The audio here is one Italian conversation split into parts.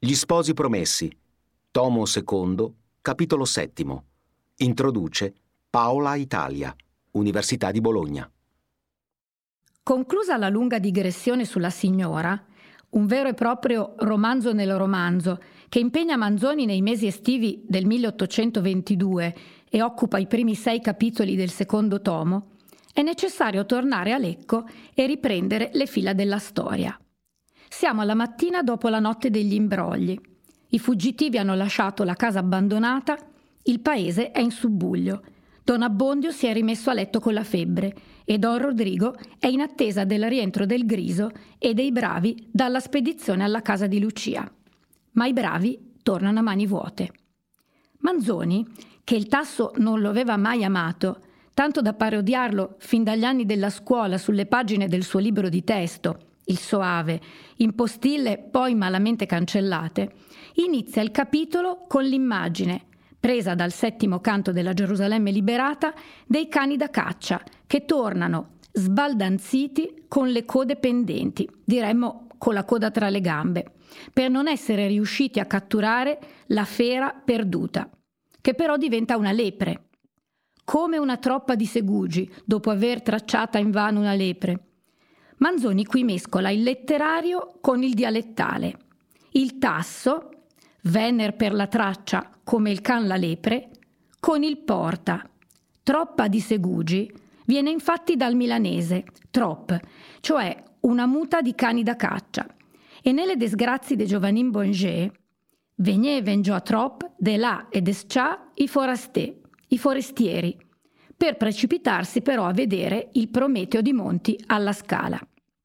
Gli sposi promessi, tomo secondo, capitolo 7. Introduce Paola Italia, Università di Bologna. Conclusa la lunga digressione sulla signora, un vero e proprio romanzo nel romanzo che impegna Manzoni nei mesi estivi del 1822 e occupa i primi 6 capitoli del secondo tomo, è necessario tornare a Lecco e riprendere le fila della storia. Siamo alla mattina dopo la notte degli imbrogli. I fuggitivi hanno lasciato la casa abbandonata, il paese è in subbuglio. Don Abbondio si è rimesso a letto con la febbre e Don Rodrigo è in attesa del rientro del Griso e dei bravi dalla spedizione alla casa di Lucia. Ma i bravi tornano a mani vuote. Manzoni, che il Tasso non lo aveva mai amato, tanto da parodiarlo fin dagli anni della scuola sulle pagine del suo libro di testo, Il Soave, in postille poi malamente cancellate, inizia il capitolo con l'immagine, presa dal 7° canto della Gerusalemme liberata, dei cani da caccia che tornano sbaldanziti con le code pendenti, diremmo con la coda tra le gambe, per non essere riusciti a catturare la fera perduta, che però diventa una lepre, come una troppa di segugi dopo aver tracciata invano una lepre. Manzoni qui mescola il letterario con il dialettale. Il Tasso, Venner per la traccia come il can la lepre, con il porta. Troppa di segugi viene infatti dal milanese, trop, cioè una muta di cani da caccia. E nelle disgrazie di Giovannin Bonget, venien già trop de là e descià i forestieri, per precipitarsi però a vedere il Prometeo di Monti alla Scala.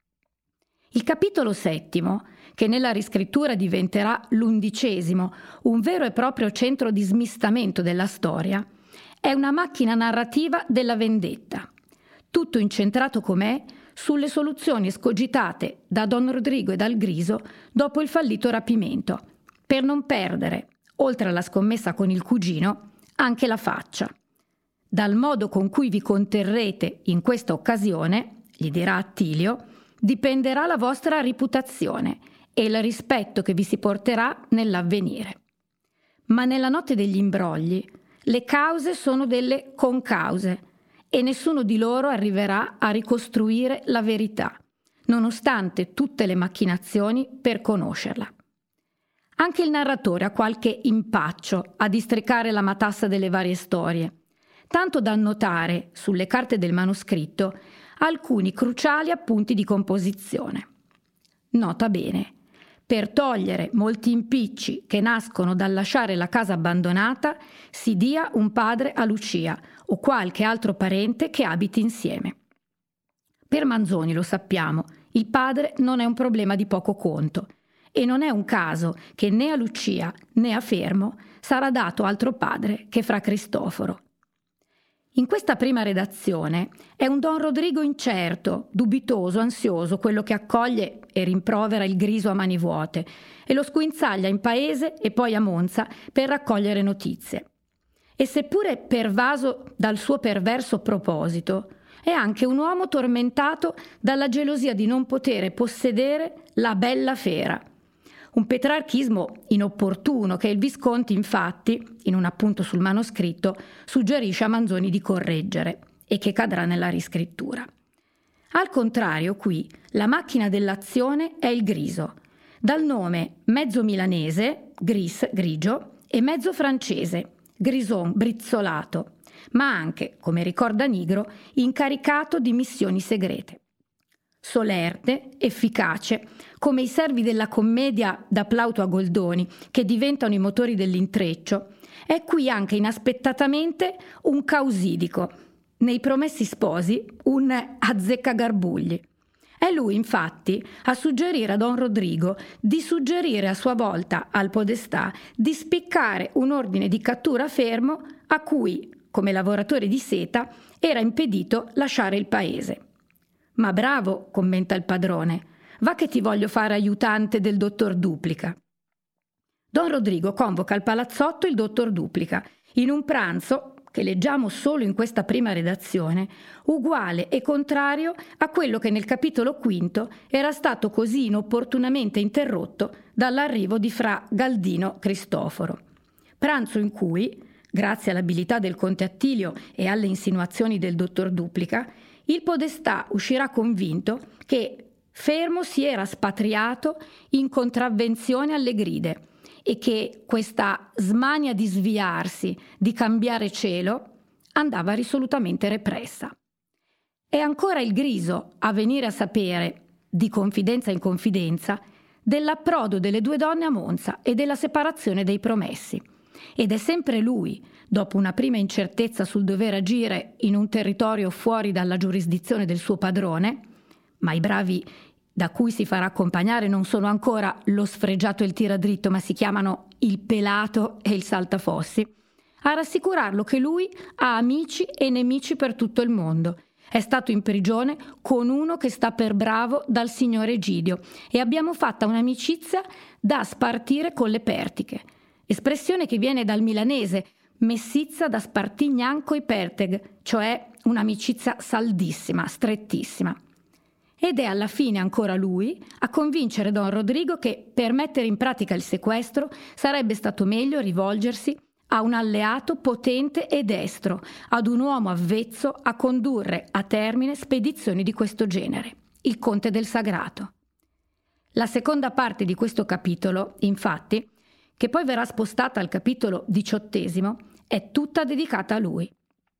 Il capitolo 7, che nella riscrittura diventerà l'11°, un vero e proprio centro di smistamento della storia, è una macchina narrativa della vendetta, tutto incentrato com'è sulle soluzioni escogitate da Don Rodrigo e dal Griso dopo il fallito rapimento, per non perdere, oltre alla scommessa con il cugino, anche la faccia. Dal modo con cui vi conterrete in questa occasione, gli dirà Attilio, dipenderà la vostra reputazione e il rispetto che vi si porterà nell'avvenire. Ma nella notte degli imbrogli le cause sono delle concause e nessuno di loro arriverà a ricostruire la verità, nonostante tutte le macchinazioni per conoscerla. Anche il narratore ha qualche impaccio a districare la matassa delle varie storie, tanto da annotare sulle carte del manoscritto alcuni cruciali appunti di composizione. Nota bene, per togliere molti impicci che nascono dal lasciare la casa abbandonata, si dia un padre a Lucia o qualche altro parente che abiti insieme. Per Manzoni, lo sappiamo, il padre non è un problema di poco conto e non è un caso che né a Lucia né a Fermo sarà dato altro padre che fra Cristoforo. In questa prima redazione è un Don Rodrigo incerto, dubitoso, ansioso, quello che accoglie e rimprovera il Griso a mani vuote e lo sguinzaglia in paese e poi a Monza per raccogliere notizie. E seppure pervaso dal suo perverso proposito, è anche un uomo tormentato dalla gelosia di non potere possedere la bella fera. Un petrarchismo inopportuno che il Visconti, infatti, in un appunto sul manoscritto, suggerisce a Manzoni di correggere e che cadrà nella riscrittura. Al contrario, qui, la macchina dell'azione è il Griso, dal nome mezzo milanese, gris, grigio, e mezzo francese, grison, brizzolato, ma anche, come ricorda Nigro, incaricato di missioni segrete. Solerte, efficace, come i servi della commedia da Plauto a Goldoni, che diventano i motori dell'intreccio, è qui anche inaspettatamente un causidico, nei Promessi Sposi un azzeccagarbugli. È lui, infatti, a suggerire a Don Rodrigo di suggerire a sua volta al podestà di spiccare un ordine di cattura fermo a cui, come lavoratore di seta, era impedito lasciare il paese. «Ma bravo», commenta il padrone, «va che ti voglio fare aiutante del dottor Duplica». Don Rodrigo convoca al palazzotto il dottor Duplica in un pranzo che leggiamo solo in questa prima redazione, uguale e contrario a quello che nel capitolo quinto era stato così inopportunamente interrotto dall'arrivo di fra Galdino Cristoforo. Pranzo in cui, grazie all'abilità del conte Attilio e alle insinuazioni del dottor Duplica, il podestà uscirà convinto che Fermo si era spatriato in contravvenzione alle gride e che questa smania di sviarsi, di cambiare cielo, andava risolutamente repressa. È ancora il Griso a venire a sapere, di confidenza in confidenza, dell'approdo delle due donne a Monza e della separazione dei promessi. Ed è sempre lui, dopo una prima incertezza sul dover agire in un territorio fuori dalla giurisdizione del suo padrone, ma i bravi da cui si farà accompagnare non sono ancora lo sfregiato e il tiradritto, ma si chiamano il pelato e il saltafossi, a rassicurarlo che lui ha amici e nemici per tutto il mondo. È stato in prigione con uno che sta per bravo dal signor Egidio e abbiamo fatta un'amicizia da spartire con le pertiche, espressione che viene dal milanese messizza da spartignan coi perteg, cioè un'amicizia saldissima, strettissima. Ed è alla fine ancora lui a convincere Don Rodrigo che per mettere in pratica il sequestro sarebbe stato meglio rivolgersi a un alleato potente e destro, ad un uomo avvezzo a condurre a termine spedizioni di questo genere, il conte del Sagrato. La seconda parte di questo capitolo, infatti, che poi verrà spostata al capitolo 18, è tutta dedicata a lui.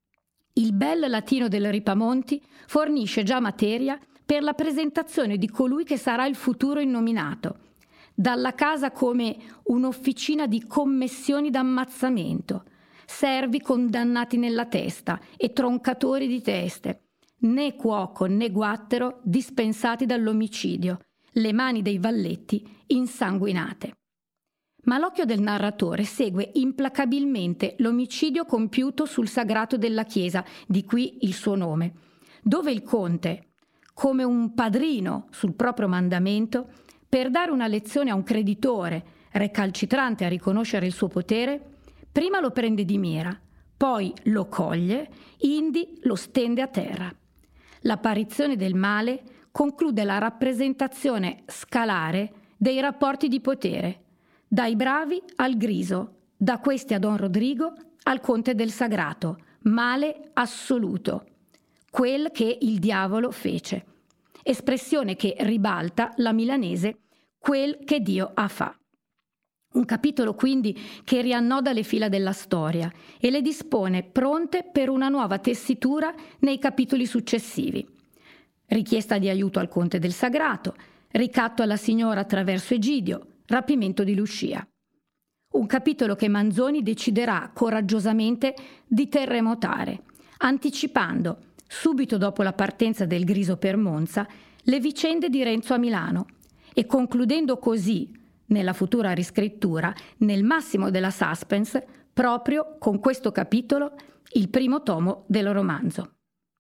Il bel latino del Ripamonti fornisce già materia per la presentazione di colui che sarà il futuro innominato, dalla casa come un'officina di commessioni d'ammazzamento, servi condannati nella testa e troncatori di teste, né cuoco né guattero dispensati dall'omicidio, le mani dei valletti insanguinate. Ma l'occhio del narratore segue implacabilmente l'omicidio compiuto sul sagrato della chiesa, di qui il suo nome, dove il conte, come un padrino sul proprio mandamento, per dare una lezione a un creditore recalcitrante a riconoscere il suo potere, prima lo prende di mira, poi lo coglie, indi lo stende a terra. L'apparizione del male conclude la rappresentazione scalare dei rapporti di potere, dai bravi al Griso, da questi a Don Rodrigo al conte del Sagrato, male assoluto, quel che il diavolo fece, espressione che ribalta la milanese quel che Dio ha fa. Un capitolo quindi che riannoda le fila della storia e le dispone pronte per una nuova tessitura nei capitoli successivi. Richiesta di aiuto al conte del Sagrato, ricatto alla signora attraverso Egidio, rapimento di Lucia. Un capitolo che Manzoni deciderà coraggiosamente di terremotare, anticipando, subito dopo la partenza del Griso per Monza, le vicende di Renzo a Milano e concludendo così, nella futura riscrittura, nel massimo della suspense, proprio con questo capitolo, il primo tomo del romanzo.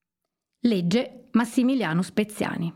Legge Massimiliano Speziani.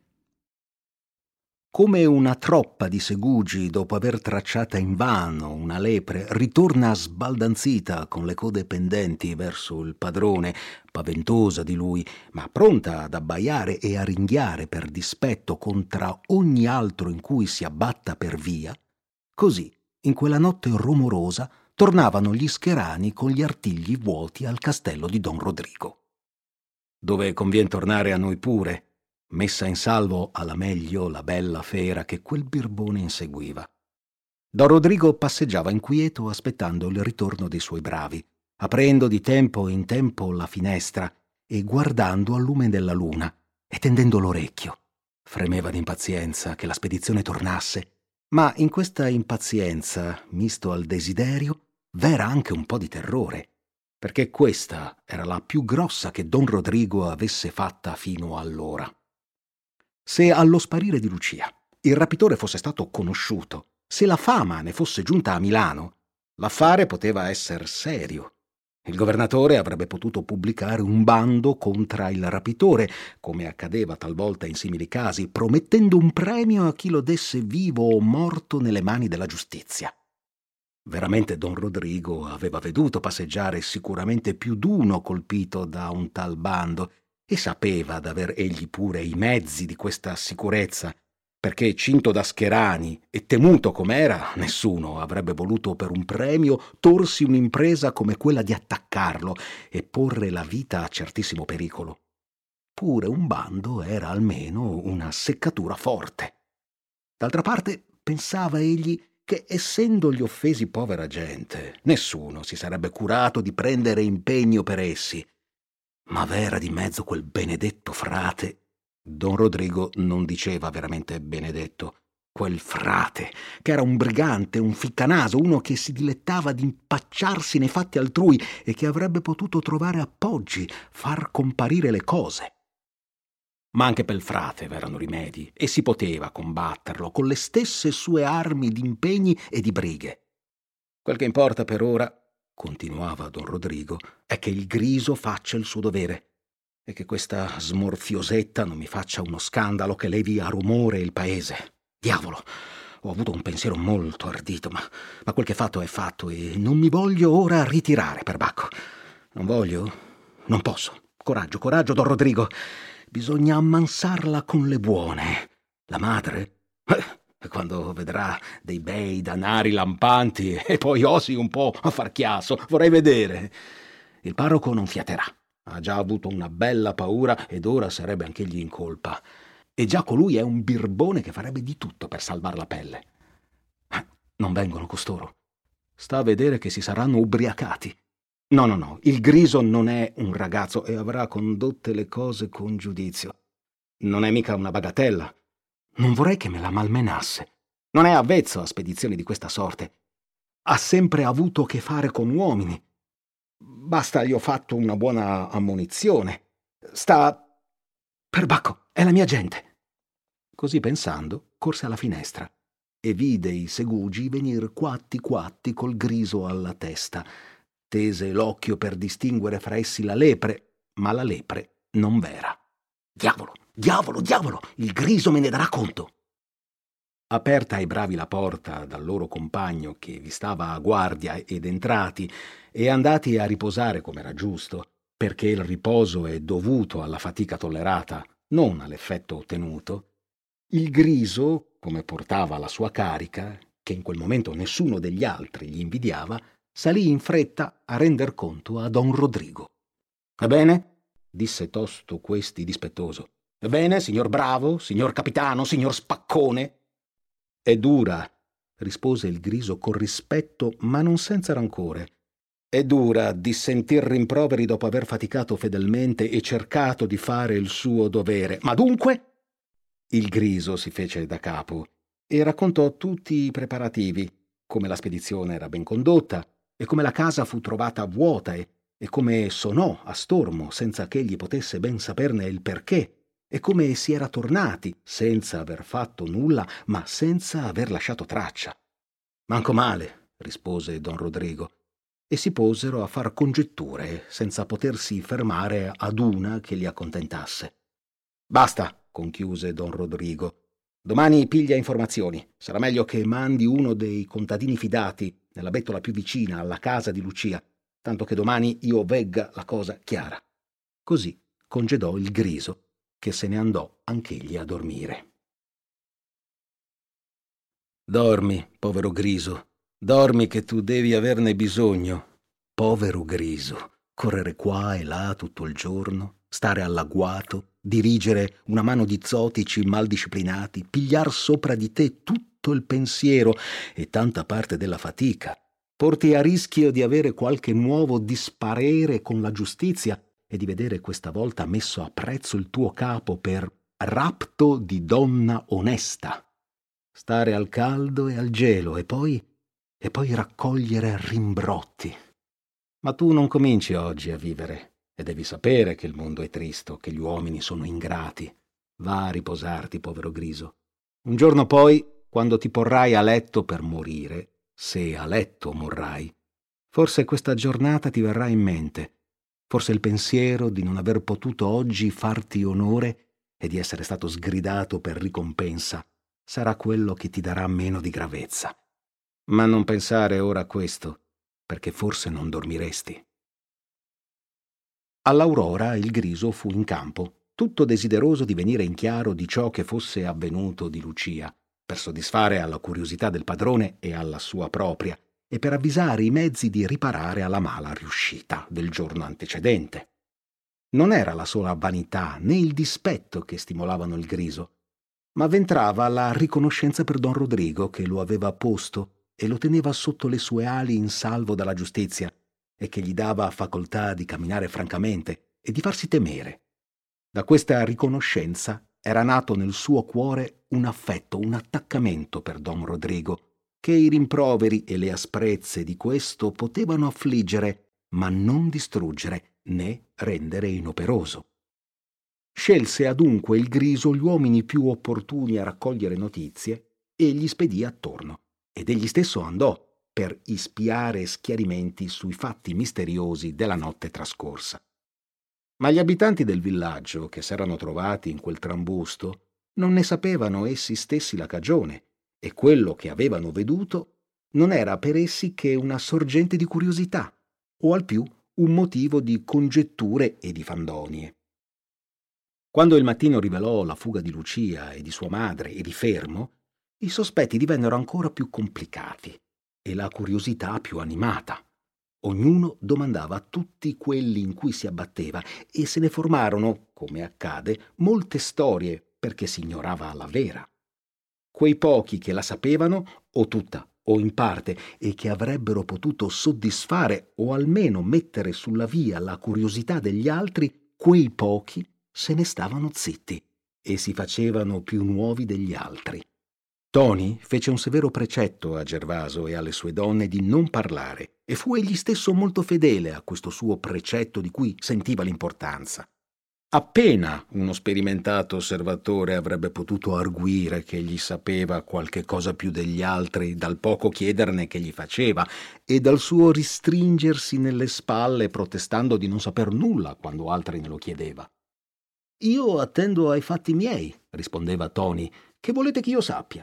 Come una troppa di segugi, dopo aver tracciata invano una lepre, ritorna sbaldanzita con le code pendenti verso il padrone, paventosa di lui, ma pronta ad abbaiare e a ringhiare per dispetto contra ogni altro in cui si abbatta per via, così, in quella notte rumorosa, tornavano gli scherani con gli artigli vuoti al castello di Don Rodrigo. Dove convien tornare a noi pure, messa in salvo alla meglio la bella fera che quel birbone inseguiva. Don Rodrigo passeggiava inquieto aspettando il ritorno dei suoi bravi, aprendo di tempo in tempo la finestra e guardando al lume della luna e tendendo l'orecchio. Fremeva d'impazienza che la spedizione tornasse, ma in questa impazienza, misto al desiderio, v'era anche un po' di terrore, perché questa era la più grossa che Don Rodrigo avesse fatta fino allora. Se allo sparire di Lucia il rapitore fosse stato conosciuto, se la fama ne fosse giunta a Milano, l'affare poteva essere serio. Il governatore avrebbe potuto pubblicare un bando contro il rapitore, come accadeva talvolta in simili casi, promettendo un premio a chi lo desse vivo o morto nelle mani della giustizia. Veramente Don Rodrigo aveva veduto passeggiare sicuramente più d'uno colpito da un tal bando e sapeva d'aver egli pure i mezzi di questa sicurezza, perché cinto da scherani e temuto com'era, nessuno avrebbe voluto per un premio torsi un'impresa come quella di attaccarlo e porre la vita a certissimo pericolo. Pure un bando era almeno una seccatura forte. D'altra parte, pensava egli che, essendogli offesi povera gente, nessuno si sarebbe curato di prendere impegno per essi. Ma v'era di mezzo quel benedetto frate. Don Rodrigo non diceva veramente benedetto, quel frate, che era un brigante, un ficcanaso, uno che si dilettava di impacciarsi nei fatti altrui e che avrebbe potuto trovare appoggi, far comparire le cose. Ma anche pel frate v'erano rimedi e si poteva combatterlo con le stesse sue armi d'impegni e di brighe. Quel che importa per ora, continuava Don Rodrigo, è che il Griso faccia il suo dovere e che questa smorfiosetta non mi faccia uno scandalo che levi a rumore il paese. Diavolo, ho avuto un pensiero molto ardito, ma quel che fatto è fatto e non mi voglio ora ritirare, perbacco. Non voglio? Non posso. Coraggio, coraggio, Don Rodrigo. Bisogna ammansarla con le buone. La madre? Quando vedrà dei bei danari lampanti e poi osi un po' a far chiasso, vorrei vedere. Il parroco non fiaterà. Ha già avuto una bella paura ed ora sarebbe anch'egli in colpa. E già colui è un birbone che farebbe di tutto per salvar la pelle. Non vengono costoro. Sta a vedere che si saranno ubriacati. No, il Griso non è un ragazzo e avrà condotte le cose con giudizio. Non è mica una bagatella. Non vorrei che me la malmenasse. Non è avvezzo a spedizioni di questa sorte. Ha sempre avuto che fare con uomini. Basta gli ho fatto una buona ammonizione. Sta... Perbacco, è la mia gente. Così pensando, corse alla finestra e vide i segugi venir quatti quatti col Griso alla testa. Tese l'occhio per distinguere fra essi la lepre, ma la lepre non v'era. Diavolo, diavolo, diavolo, il Griso me ne darà conto. Aperta ai bravi la porta dal loro compagno che vi stava a guardia ed entrati e andati a riposare come era giusto, perché il riposo è dovuto alla fatica tollerata, non all'effetto ottenuto, il Griso, come portava la sua carica, che in quel momento nessuno degli altri gli invidiava, salì in fretta a render conto a Don Rodrigo. «Ebbene?» disse tosto questi dispettoso. «Ebbene, signor Bravo, signor Capitano, signor Spaccone?» «È dura», rispose il Griso con rispetto, ma non senza rancore. «È dura di sentir rimproveri dopo aver faticato fedelmente e cercato di fare il suo dovere. Ma dunque?» Il Griso si fece da capo e raccontò tutti i preparativi, come la spedizione era ben condotta, e come la casa fu trovata vuota e come sonò a stormo senza che egli potesse ben saperne il perché, e come si era tornati senza aver fatto nulla, ma senza aver lasciato traccia. «Manco male», rispose Don Rodrigo, e si posero a far congetture senza potersi fermare ad una che li accontentasse. «Basta», conchiuse Don Rodrigo. «Domani piglia informazioni. Sarà meglio che mandi uno dei contadini fidati nella bettola più vicina alla casa di Lucia, tanto che domani io vegga la cosa chiara». Così congedò il Griso, che se ne andò anch'egli a dormire. «Dormi, povero Griso, dormi che tu devi averne bisogno. Povero Griso, correre qua e là tutto il giorno, stare all'agguato, dirigere una mano di zotici mal disciplinati, pigliar sopra di te tutto il pensiero e tanta parte della fatica, porti a rischio di avere qualche nuovo disparere con la giustizia e di vedere questa volta messo a prezzo il tuo capo per rapto di donna onesta, stare al caldo e al gelo e poi raccogliere rimbrotti. Ma tu non cominci oggi a vivere e devi sapere che il mondo è tristo, che gli uomini sono ingrati. Va a riposarti, povero Griso. Un giorno poi, quando ti porrai a letto per morire, se a letto morrai, forse questa giornata ti verrà in mente. Forse il pensiero di non aver potuto oggi farti onore e di essere stato sgridato per ricompensa sarà quello che ti darà meno di gravezza. Ma non pensare ora a questo, perché forse non dormiresti. All'aurora il Griso fu in campo, tutto desideroso di venire in chiaro di ciò che fosse avvenuto di Lucia, per soddisfare alla curiosità del padrone e alla sua propria, e per avvisare i mezzi di riparare alla mala riuscita del giorno antecedente. Non era la sola vanità né il dispetto che stimolavano il Griso, ma v'entrava la riconoscenza per don Rodrigo, che lo aveva posto e lo teneva sotto le sue ali in salvo dalla giustizia, e che gli dava facoltà di camminare francamente e di farsi temere. Da questa riconoscenza era nato nel suo cuore un affetto, un attaccamento per don Rodrigo, che i rimproveri e le asprezze di questo potevano affliggere, ma non distruggere né rendere inoperoso. Scelse adunque il Griso gli uomini più opportuni a raccogliere notizie e gli spedì attorno, ed egli stesso andò per ispiare schiarimenti sui fatti misteriosi della notte trascorsa. Ma gli abitanti del villaggio, che s'erano trovati in quel trambusto, non ne sapevano essi stessi la cagione, e quello che avevano veduto non era per essi che una sorgente di curiosità, o al più un motivo di congetture e di fandonie. Quando il mattino rivelò la fuga di Lucia e di sua madre e di Fermo, i sospetti divennero ancora più complicati e la curiosità più animata. Ognuno domandava a tutti quelli in cui si abbatteva e se ne formarono, come accade, molte storie perché si ignorava la vera. Quei pochi che la sapevano, o tutta o in parte, e che avrebbero potuto soddisfare o almeno mettere sulla via la curiosità degli altri, quei pochi se ne stavano zitti e si facevano più nuovi degli altri. Toni fece un severo precetto a Gervaso e alle sue donne di non parlare, e fu egli stesso molto fedele a questo suo precetto di cui sentiva l'importanza. Appena uno sperimentato osservatore avrebbe potuto arguire che egli sapeva qualche cosa più degli altri dal poco chiederne che gli faceva e dal suo ristringersi nelle spalle protestando di non saper nulla quando altri ne lo chiedeva. «Io attendo ai fatti miei», rispondeva Toni, «che volete che io sappia?»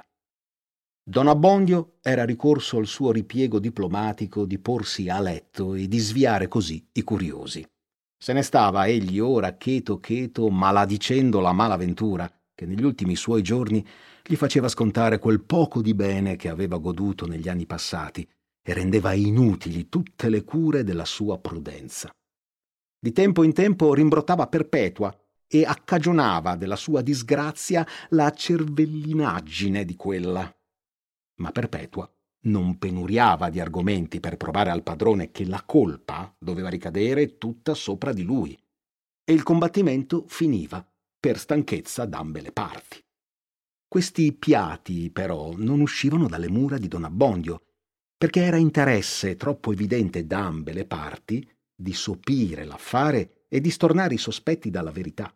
Don Abbondio era ricorso al suo ripiego diplomatico di porsi a letto e di sviare così i curiosi. Se ne stava egli ora cheto maladicendo la malaventura che negli ultimi suoi giorni gli faceva scontare quel poco di bene che aveva goduto negli anni passati e rendeva inutili tutte le cure della sua prudenza. Di tempo in tempo rimbrottava Perpetua e accagionava della sua disgrazia la cervellinaggine di quella. Ma Perpetua non penuriava di argomenti per provare al padrone che la colpa doveva ricadere tutta sopra di lui, e il combattimento finiva per stanchezza d'ambe le parti. Questi piati, però, non uscivano dalle mura di don Abbondio, perché era interesse troppo evidente d'ambe le parti di sopire l'affare e di stornare i sospetti dalla verità.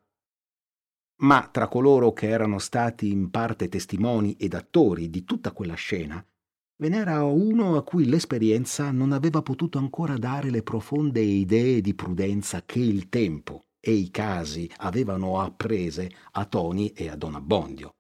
Ma tra coloro che erano stati in parte testimoni ed attori di tutta quella scena, ve n'era uno a cui l'esperienza non aveva potuto ancora dare le profonde idee di prudenza che il tempo e i casi avevano apprese a Toni e a don Abbondio.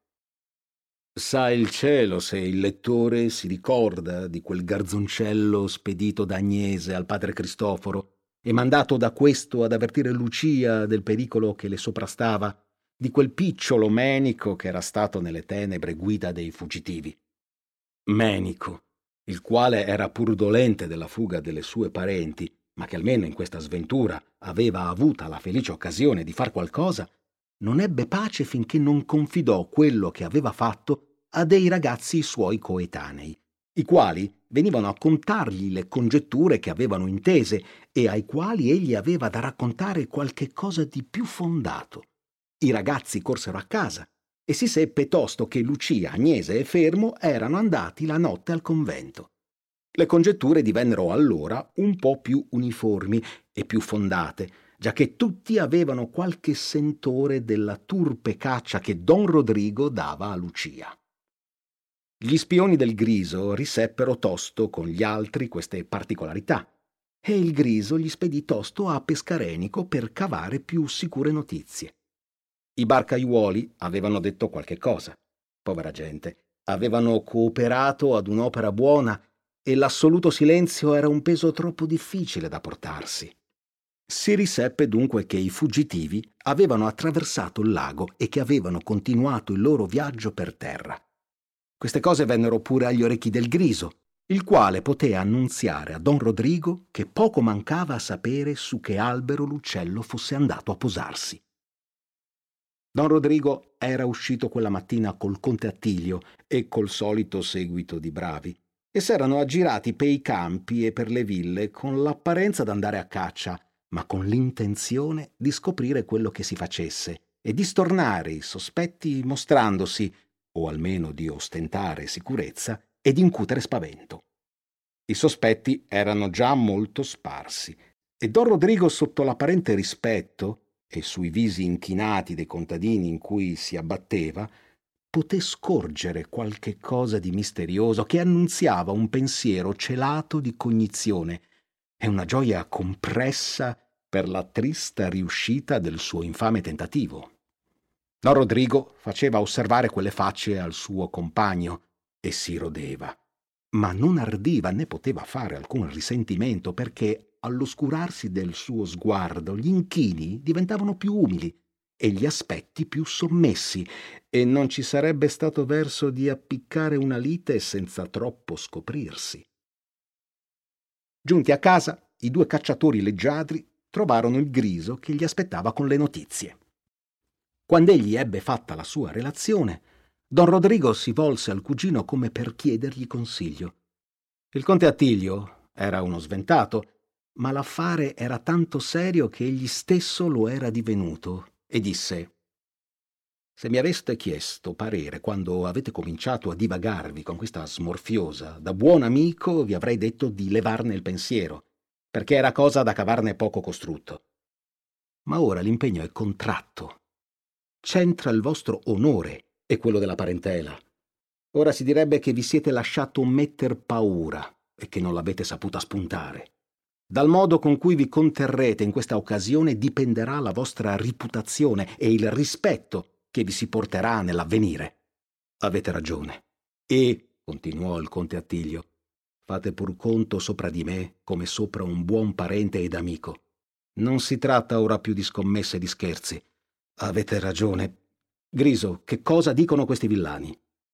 Sa il cielo se il lettore si ricorda di quel garzoncello spedito da Agnese al padre Cristoforo e mandato da questo ad avvertire Lucia del pericolo che le soprastava, di quel picciolo Menico che era stato nelle tenebre guida dei fuggitivi. Menico, il quale era pur dolente della fuga delle sue parenti, ma che almeno in questa sventura aveva avuta la felice occasione di far qualcosa, non ebbe pace finché non confidò quello che aveva fatto a dei ragazzi suoi coetanei, i quali venivano a contargli le congetture che avevano intese e ai quali egli aveva da raccontare qualche cosa di più fondato. I ragazzi corsero a casa e si seppe tosto che Lucia, Agnese e Fermo erano andati la notte al convento. Le congetture divennero allora un po' più uniformi e più fondate, giacché tutti avevano qualche sentore della turpe caccia che don Rodrigo dava a Lucia. Gli spioni del Griso riseppero tosto con gli altri queste particolarità, e il Griso gli spedì tosto a Pescarenico per cavare più sicure notizie. I barcaiuoli avevano detto qualche cosa. Povera gente, avevano cooperato ad un'opera buona e l'assoluto silenzio era un peso troppo difficile da portarsi. Si riseppe dunque che i fuggitivi avevano attraversato il lago e che avevano continuato il loro viaggio per terra. Queste cose vennero pure agli orecchi del Griso, il quale poté annunziare a Don Rodrigo che poco mancava a sapere su che albero l'uccello fosse andato a posarsi. Don Rodrigo era uscito quella mattina col conte Attilio e col solito seguito di bravi, e s'erano aggirati per i campi e per le ville con l'apparenza d'andare a caccia, ma con l'intenzione di scoprire quello che si facesse e di stornare i sospetti mostrandosi, o almeno di ostentare sicurezza e di incutere spavento. I sospetti erano già molto sparsi e Don Rodrigo, sotto l'apparente rispetto e sui visi inchinati dei contadini in cui si abbatteva, poté scorgere qualche cosa di misterioso che annunziava un pensiero celato di cognizione e una gioia compressa per la trista riuscita del suo infame tentativo. Don Rodrigo faceva osservare quelle facce al suo compagno e si rodeva, ma non ardiva né poteva fare alcun risentimento, perché all'oscurarsi del suo sguardo gli inchini diventavano più umili e gli aspetti più sommessi, e non ci sarebbe stato verso di appiccare una lite senza troppo scoprirsi. Giunti a casa, i due cacciatori leggiadri trovarono il Griso che gli aspettava con le notizie. Quando egli ebbe fatta la sua relazione, Don Rodrigo si volse al cugino come per chiedergli consiglio. Il conte Attilio era uno sventato, ma l'affare era tanto serio che egli stesso lo era divenuto, e disse: «Se mi aveste chiesto parere quando avete cominciato a divagarvi con questa smorfiosa, da buon amico vi avrei detto di levarne il pensiero, perché era cosa da cavarne poco costrutto. Ma ora l'impegno è contratto. C'entra il vostro onore e quello della parentela. Ora si direbbe che vi siete lasciato metter paura e che non l'avete saputa spuntare. Dal modo con cui vi conterrete in questa occasione dipenderà la vostra reputazione e il rispetto che vi si porterà nell'avvenire. Avete ragione. E, continuò il conte Attilio, fate pur conto sopra di me come sopra un buon parente ed amico. Non si tratta ora più di scommesse e di scherzi. Avete ragione. Griso, che cosa dicono questi villani?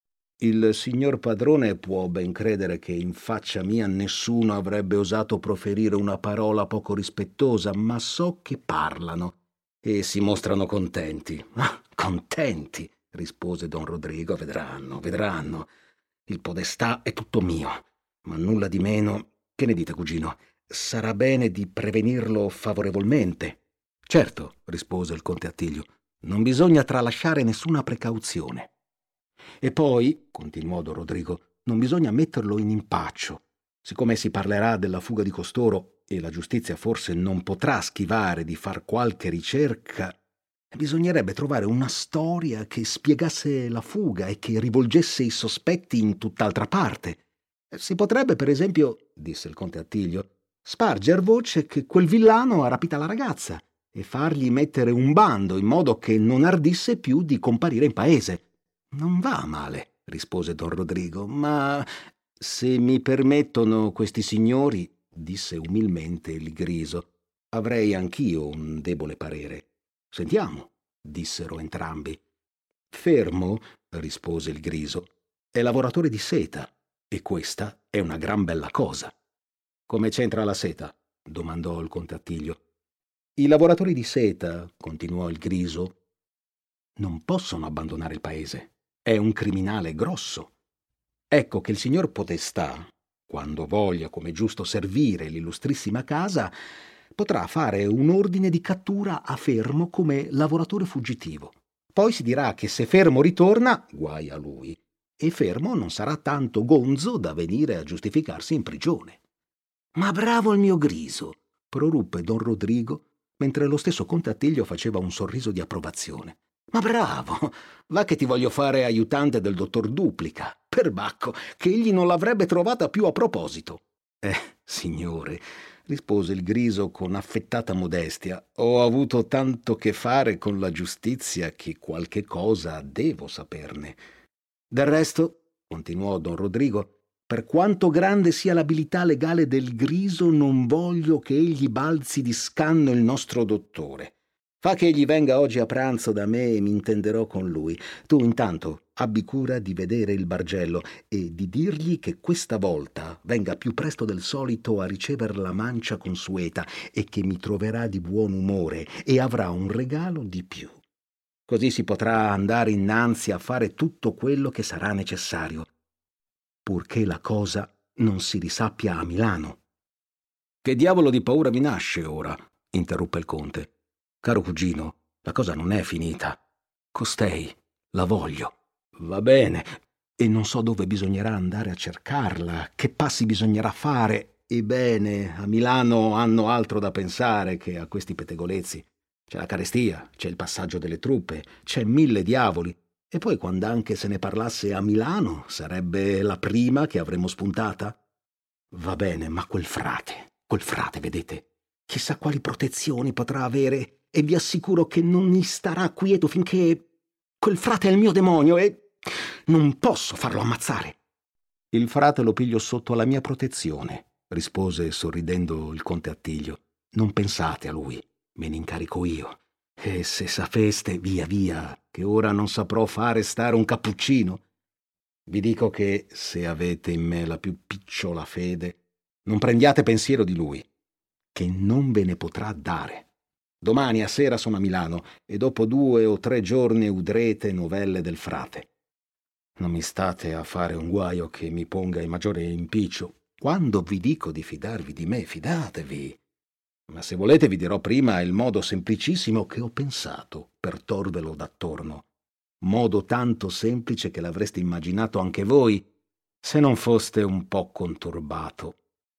Il signor padrone può ben credere che in faccia mia nessuno avrebbe osato proferire una parola poco rispettosa, ma so che parlano e si mostrano contenti. Ah, contenti, rispose Don Rodrigo, vedranno, vedranno. Il podestà è tutto mio, ma nulla di meno. Che ne dite, cugino? Sarà bene di prevenirlo favorevolmente. Certo, rispose il conte Attilio, non bisogna tralasciare nessuna precauzione. E poi, continuò Don Rodrigo, non bisogna metterlo in impaccio. Siccome si parlerà della fuga di costoro e la giustizia forse non potrà schivare di far qualche ricerca, bisognerebbe trovare una storia che spiegasse la fuga e che rivolgesse i sospetti in tutt'altra parte. Si potrebbe, per esempio, disse il conte Attilio, sparger voce che quel villano ha rapita la ragazza e fargli mettere un bando in modo che non ardisse più di comparire in paese. Non va male, rispose Don Rodrigo, ma se mi permettono questi signori, disse umilmente il Griso, avrei anch'io un debole parere. Sentiamo, dissero entrambi. Fermo, rispose il Griso, è lavoratore di seta, e questa è una gran bella cosa. Come c'entra la seta? Domandò il conte Attilio. I lavoratori di seta, continuò il Griso, non possono abbandonare il paese. È un criminale grosso. Ecco che il signor Podestà, quando voglia come giusto servire l'illustrissima casa, potrà fare un ordine di cattura a Fermo come lavoratore fuggitivo. Poi si dirà che se Fermo ritorna, guai a lui, e Fermo non sarà tanto gonzo da venire a giustificarsi in prigione. Ma bravo il mio Griso, proruppe Don Rodrigo, mentre lo stesso conte Attilio faceva un sorriso di approvazione. Ma bravo, va che ti voglio fare aiutante del dottor Duplica, perbacco, che egli non l'avrebbe trovata più a proposito. Signore, rispose il Griso con affettata modestia, ho avuto tanto che fare con la giustizia che qualche cosa devo saperne. Del resto, continuò Don Rodrigo, Per quanto grande sia l'abilità legale del Griso, non voglio che egli balzi di scanno il nostro dottore. Fa che egli venga oggi a pranzo da me e mi intenderò con lui. Tu intanto abbi cura di vedere il Bargello e di dirgli che questa volta venga più presto del solito a ricever la mancia consueta e che mi troverà di buon umore e avrà un regalo di più. Così si potrà andare innanzi a fare tutto quello che sarà necessario, purché la cosa non si risappia a Milano. Che diavolo di paura vi nasce ora? Interruppe il conte. Caro cugino, la cosa non è finita. Costei, la voglio. Va bene, e non so dove bisognerà andare a cercarla, che passi bisognerà fare. Ebbene, a Milano hanno altro da pensare che a questi pettegolezzi. C'è la carestia, c'è il passaggio delle truppe, c'è 1000 diavoli. E poi quando anche se ne parlasse a Milano, sarebbe la prima che avremmo spuntata? Va bene, ma quel frate, vedete, chissà quali protezioni potrà avere, e vi assicuro che non gli starà quieto finché... Quel frate è il mio demonio e non posso farlo ammazzare. Il frate lo piglio sotto la mia protezione, rispose sorridendo il conte Attilio. Non pensate a lui, me ne incarico io. E se sapeste, via via, che ora non saprò fare stare un cappuccino. Vi dico che, se avete in me la più picciola fede, non prendiate pensiero di lui, che non ve ne potrà dare. Domani a sera sono a Milano e dopo 2 o 3 giorni udrete novelle del frate. Non mi state a fare un guaio che mi ponga in maggiore impiccio. Quando vi dico di fidarvi di me, fidatevi. Ma se volete vi dirò prima il modo semplicissimo che ho pensato per torvelo d'attorno. Modo tanto semplice che l'avreste immaginato anche voi, se non foste un po' conturbato.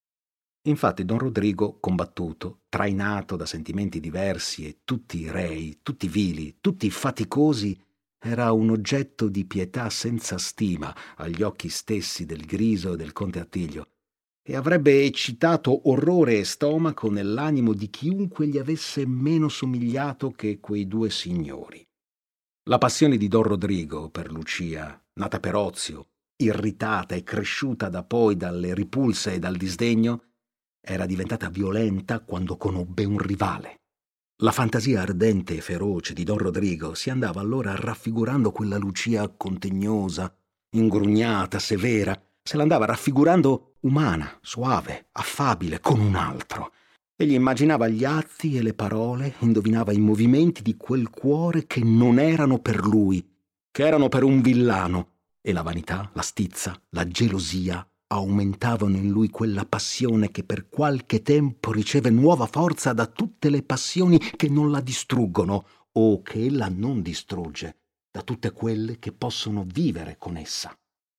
Infatti don Rodrigo, combattuto, trainato da sentimenti diversi e tutti rei, tutti vili, tutti faticosi, era un oggetto di pietà senza stima agli occhi stessi del Griso e del conte Attilio, e avrebbe eccitato orrore e stomaco nell'animo di chiunque gli avesse meno somigliato che quei 2 signori. La passione di don Rodrigo per Lucia, nata per ozio, irritata e cresciuta da poi dalle ripulse e dal disdegno, era diventata violenta quando conobbe un rivale. La fantasia ardente e feroce di don Rodrigo si andava allora raffigurando quella Lucia contegnosa, ingrugnata, severa, se l'andava raffigurando umana, soave, affabile, con un altro. Egli immaginava gli atti e le parole, indovinava i movimenti di quel cuore che non erano per lui, che erano per un villano, e la vanità, la stizza, la gelosia aumentavano in lui quella passione che per qualche tempo riceve nuova forza da tutte le passioni che non la distruggono o che ella non distrugge, da tutte quelle che possono vivere con essa.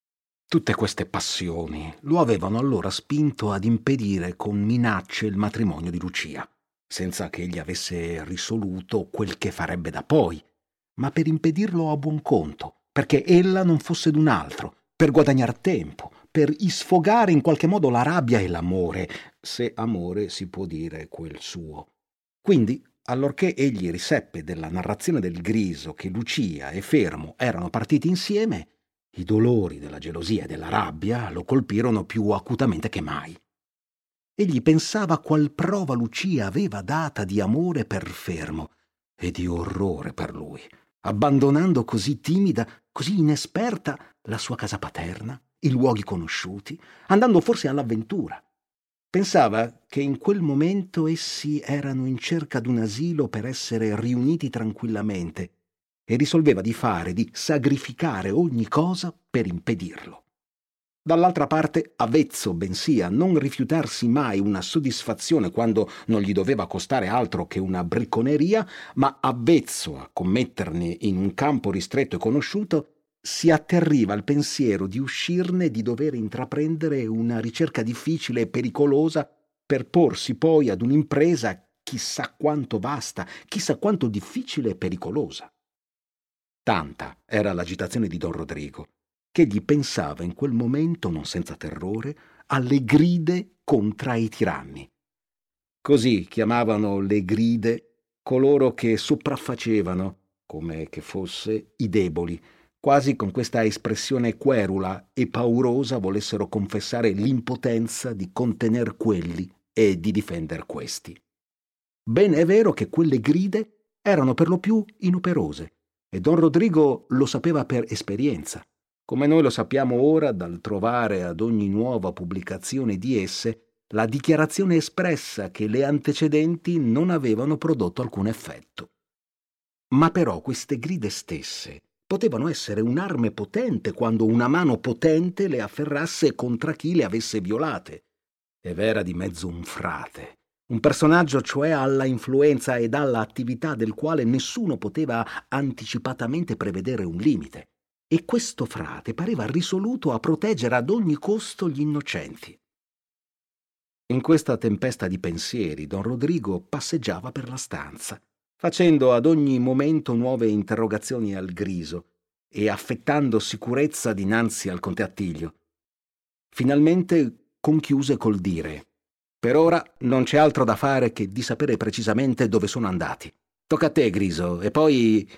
Tutte queste passioni lo avevano allora spinto ad impedire con minacce il matrimonio di Lucia, senza che egli avesse risoluto quel che farebbe da poi, ma per impedirlo a buon conto, perché ella non fosse d'un altro, per guadagnar tempo, per isfogare in qualche modo la rabbia e l'amore, se amore si può dire quel suo. Quindi, allorché egli riseppe della narrazione del Griso che Lucia e Fermo erano partiti insieme, i dolori della gelosia e della rabbia lo colpirono più acutamente che mai. Egli pensava qual prova Lucia aveva data di amore per Fermo e di orrore per lui, abbandonando così timida, così inesperta la sua casa paterna, i luoghi conosciuti, andando forse all'avventura. Pensava che in quel momento essi erano in cerca d'un asilo per essere riuniti tranquillamente e risolveva di sacrificare ogni cosa per impedirlo. Dall'altra parte, avvezzo bensì a non rifiutarsi mai una soddisfazione quando non gli doveva costare altro che una bricconeria, ma avvezzo a commetterne in un campo ristretto e conosciuto, si atterriva al pensiero di uscirne e di dover intraprendere una ricerca difficile e pericolosa per porsi poi ad un'impresa chissà quanto vasta, chissà quanto difficile e pericolosa. Tanta era l'agitazione di don Rodrigo, che gli pensava in quel momento, non senza terrore, alle gride contra i tiranni. Così chiamavano le gride coloro che sopraffacevano, come che fosse, i deboli, quasi con questa espressione querula e paurosa volessero confessare l'impotenza di contener quelli e di difender questi. Ben è vero che quelle gride erano per lo più inoperose, e Don Rodrigo lo sapeva per esperienza, come noi lo sappiamo ora dal trovare ad ogni nuova pubblicazione di esse la dichiarazione espressa che le antecedenti non avevano prodotto alcun effetto. Ma però queste gride stesse potevano essere un'arme potente quando una mano potente le afferrasse contra chi le avesse violate. E v'era di mezzo un frate, un personaggio cioè alla influenza ed alla attività del quale nessuno poteva anticipatamente prevedere un limite. E questo frate pareva risoluto a proteggere ad ogni costo gli innocenti. In questa tempesta di pensieri, Don Rodrigo passeggiava per la stanza, facendo ad ogni momento nuove interrogazioni al Griso e affettando sicurezza dinanzi al conte Attilio. Finalmente conchiuse col dire: «Per ora non c'è altro da fare che di sapere precisamente dove sono andati. Tocca a te, Griso, e poi...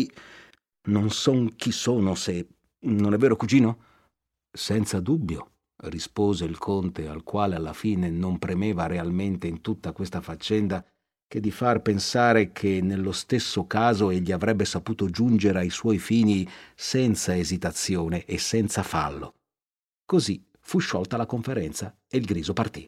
Non son chi sono, se... Non è vero, cugino?» «Senza dubbio», rispose il conte, al quale alla fine non premeva realmente in tutta questa faccenda che di far pensare che nello stesso caso egli avrebbe saputo giungere ai suoi fini senza esitazione e senza fallo. Così fu sciolta la conferenza e il Griso partì.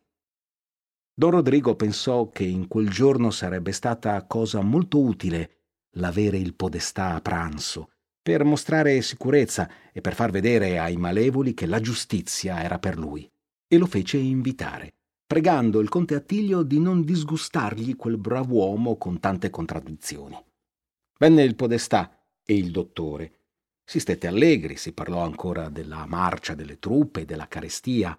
Don Rodrigo pensò che in quel giorno sarebbe stata cosa molto utile l'avere il podestà a pranzo, per mostrare sicurezza e per far vedere ai malevoli che la giustizia era per lui, e lo fece invitare, pregando il conte Attilio di non disgustargli quel brav'uomo con tante contraddizioni. Venne il podestà e il dottore. Si stette allegri, si parlò ancora della marcia delle truppe e della carestia,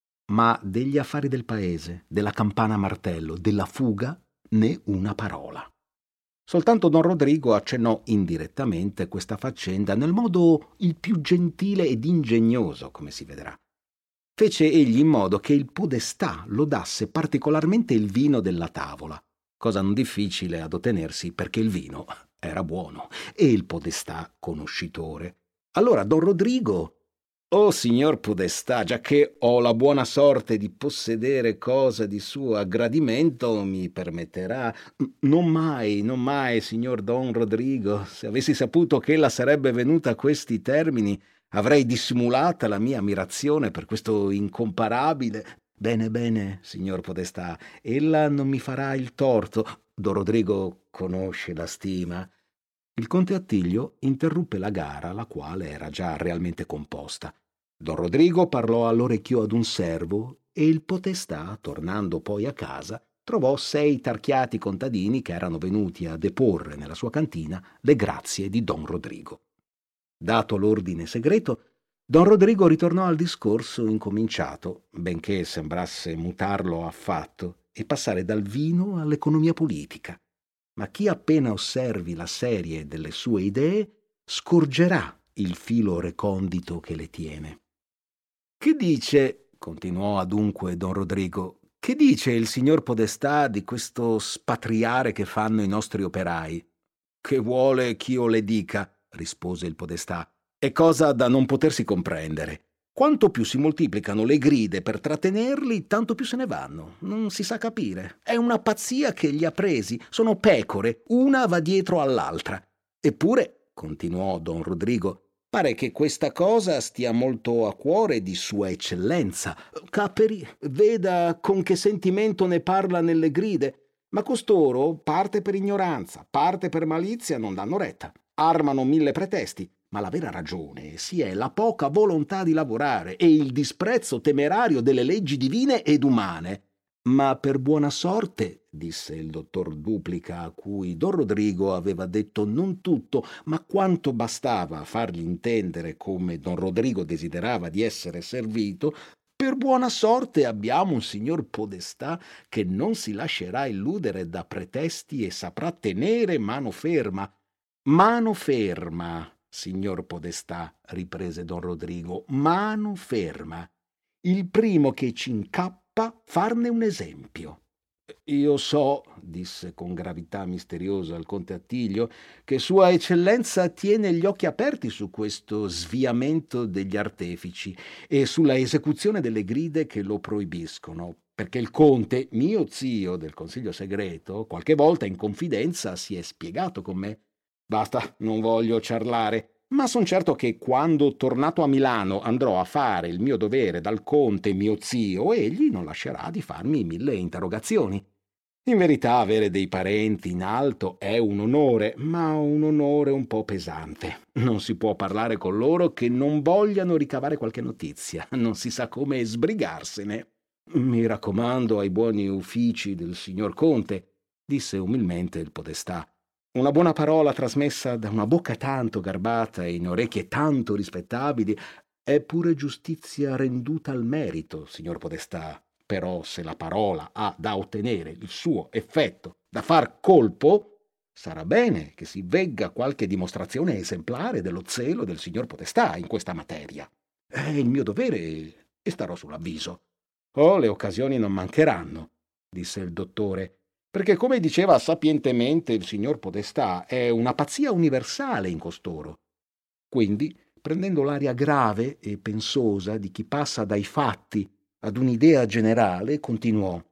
ma degli affari del paese, della campana a martello, della fuga, né una parola. Soltanto Don Rodrigo accennò indirettamente questa faccenda nel modo il più gentile ed ingegnoso, come si vedrà. Fece egli in modo che il podestà lodasse particolarmente il vino della tavola, cosa non difficile ad ottenersi perché il vino era buono e il podestà conoscitore. Allora Don Rodrigo: «Oh, signor podestà, giacché ho la buona sorte di possedere cosa di suo aggradimento, mi permetterà...» Non mai, signor Don Rodrigo. Se avessi saputo che ella sarebbe venuta a questi termini, avrei dissimulata la mia ammirazione per questo incomparabile...» Bene, signor podestà, ella non mi farà il torto. Don Rodrigo conosce la stima». Il conte Attilio interruppe la gara, la quale era già realmente composta. Don Rodrigo parlò all'orecchio ad un servo e il podestà, tornando poi a casa, trovò 6 tarchiati contadini che erano venuti a deporre nella sua cantina le grazie di Don Rodrigo. Dato l'ordine segreto, Don Rodrigo ritornò al discorso incominciato, benché sembrasse mutarlo affatto e passare dal vino all'economia politica. Ma chi appena osservi la serie delle sue idee scorgerà il filo recondito che le tiene. «Che dice», continuò adunque Don Rodrigo, «che dice il signor podestà di questo spatriare che fanno i nostri operai?» «Che vuole ch'io le dica», rispose il podestà, «è cosa da non potersi comprendere. Quanto più si moltiplicano le gride per trattenerli, tanto più se ne vanno. Non si sa capire. È una pazzia che li ha presi. Sono pecore, una va dietro all'altra. Eppure», continuò Don Rodrigo, «pare che questa cosa stia molto a cuore di sua eccellenza. Caperi, veda con che sentimento ne parla nelle gride. Ma costoro, parte per ignoranza, parte per malizia, non danno retta. Armano 1000 pretesti. Ma la vera ragione si è la poca volontà di lavorare e il disprezzo temerario delle leggi divine ed umane. Ma per buona sorte», disse il dottor Duplica, a cui Don Rodrigo aveva detto non tutto, ma quanto bastava a fargli intendere come Don Rodrigo desiderava di essere servito, «per buona sorte abbiamo un signor podestà che non si lascerà illudere da pretesti e saprà tenere mano ferma». «Mano ferma, signor podestà», riprese Don Rodrigo, «mano ferma. Il primo che ci incappa, farne un esempio». io so, disse con gravità misteriosa il conte Attilio, che Sua Eccellenza tiene gli occhi aperti su questo sviamento degli artefici e sulla esecuzione delle gride che lo proibiscono, perché il conte, mio zio del Consiglio Segreto, qualche volta in confidenza si è spiegato con me. Basta, non voglio ciarlare. Ma son certo che quando, tornato a Milano, andrò a fare il mio dovere dal conte mio zio, egli non lascerà di farmi 1000 interrogazioni. In verità avere dei parenti in alto è un onore, ma un onore un po' pesante. Non si può parlare con loro che non vogliano ricavare qualche notizia, non si sa come sbrigarsene. Mi raccomando ai buoni uffici del signor conte, disse umilmente il podestà. Una buona parola trasmessa da una bocca tanto garbata e in orecchie tanto rispettabili è pure giustizia renduta al merito, signor podestà. Però se la parola ha da ottenere il suo effetto, da far colpo, sarà bene che si vegga qualche dimostrazione esemplare dello zelo del signor podestà in questa materia. È il mio dovere e starò sull'avviso. Oh, le occasioni non mancheranno, disse il dottore, perché, come diceva sapientemente il signor podestà, è una pazzia universale in costoro. Quindi, prendendo l'aria grave e pensosa di chi passa dai fatti ad un'idea generale, continuò.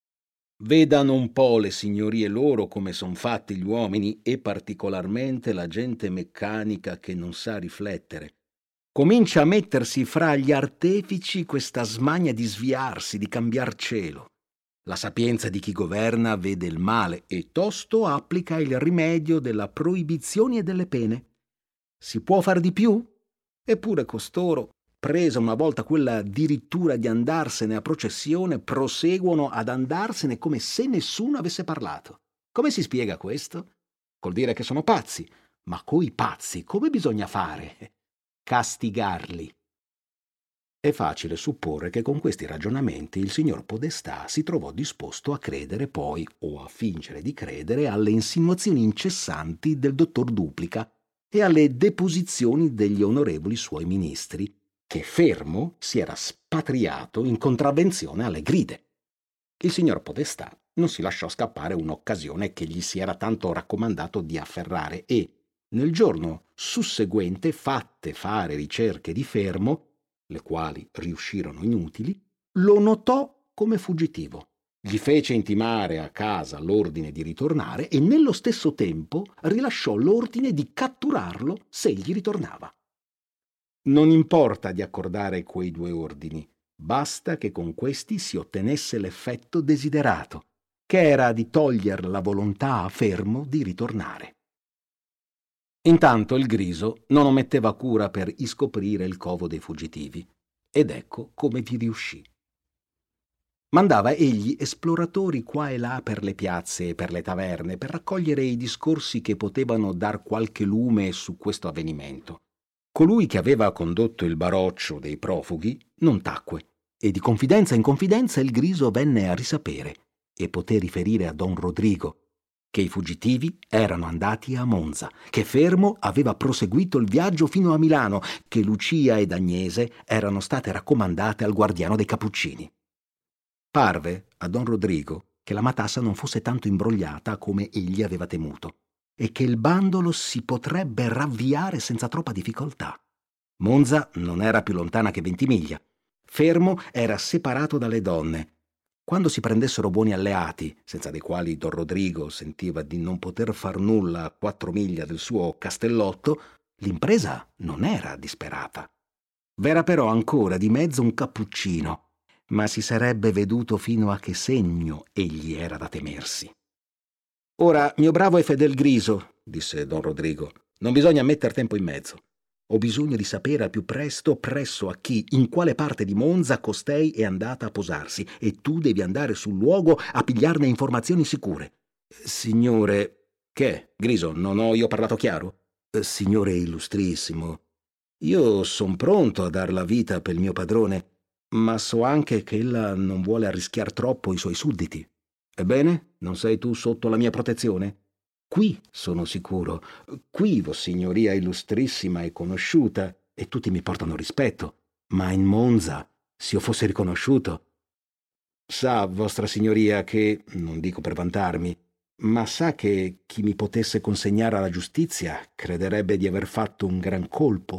Vedano un po' le signorie loro come son fatti gli uomini e particolarmente la gente meccanica che non sa riflettere. Comincia a mettersi fra gli artefici questa smania di sviarsi, di cambiar cielo. La sapienza di chi governa vede il male e tosto applica il rimedio della proibizione e delle pene. Si può far di più? Eppure costoro, presa una volta quella dirittura di andarsene a processione, proseguono ad andarsene come se nessuno avesse parlato. Come si spiega questo? Col dire che sono pazzi. Ma coi pazzi come bisogna fare? Castigarli. È facile supporre che con questi ragionamenti il signor podestà si trovò disposto a credere poi, o a fingere di credere, alle insinuazioni incessanti del dottor Duplica e alle deposizioni degli onorevoli suoi ministri, che Fermo si era spatriato in contravvenzione alle gride. Il signor podestà non si lasciò scappare un'occasione che gli si era tanto raccomandato di afferrare e, nel giorno susseguente, fatte fare ricerche di Fermo, le quali riuscirono inutili, lo notò come fuggitivo. Gli fece intimare a casa l'ordine di ritornare e nello stesso tempo rilasciò l'ordine di catturarlo se egli ritornava. Non importa di accordare quei 2 ordini, basta che con questi si ottenesse l'effetto desiderato, che era di toglier la volontà a Fermo di ritornare. Intanto il Griso non ometteva cura per iscoprire il covo dei fuggitivi, ed ecco come vi riuscì. Mandava egli esploratori qua e là per le piazze e per le taverne per raccogliere i discorsi che potevano dar qualche lume su questo avvenimento. Colui che aveva condotto il baroccio dei profughi non tacque, e di confidenza in confidenza il Griso venne a risapere e poté riferire a don Rodrigo che i fuggitivi erano andati a Monza, che Fermo aveva proseguito il viaggio fino a Milano, che Lucia ed Agnese erano state raccomandate al guardiano dei Cappuccini. Parve a don Rodrigo che la matassa non fosse tanto imbrogliata come egli aveva temuto e che il bandolo si potrebbe ravviare senza troppa difficoltà. Monza non era più lontana che 20 miglia. Fermo era separato dalle donne. Quando si prendessero buoni alleati, senza dei quali don Rodrigo sentiva di non poter far nulla a 4 miglia del suo castellotto, l'impresa non era disperata. V'era però ancora di mezzo un cappuccino, ma si sarebbe veduto fino a che segno egli era da temersi. «Ora, mio bravo e fedel Griso», disse don Rodrigo, «non bisogna metter tempo in mezzo. Ho bisogno di sapere al più presto presso a chi, in quale parte di Monza costei è andata a posarsi, e tu devi andare sul luogo a pigliarne informazioni sicure». «Signore...» «Che, Griso, non ho io parlato chiaro?» «Signore illustrissimo, io son pronto a dar la vita pel mio padrone, ma so anche che ella non vuole arrischiar troppo i suoi sudditi. Ebbene, non sei tu sotto la mia protezione? Qui sono sicuro, qui vossignoria illustrissima e conosciuta, e tutti mi portano rispetto, ma in Monza, s'io fosse riconosciuto...» Sa, vostra signoria, che, non dico per vantarmi, ma sa che chi mi potesse consegnare alla giustizia crederebbe di aver fatto un gran colpo?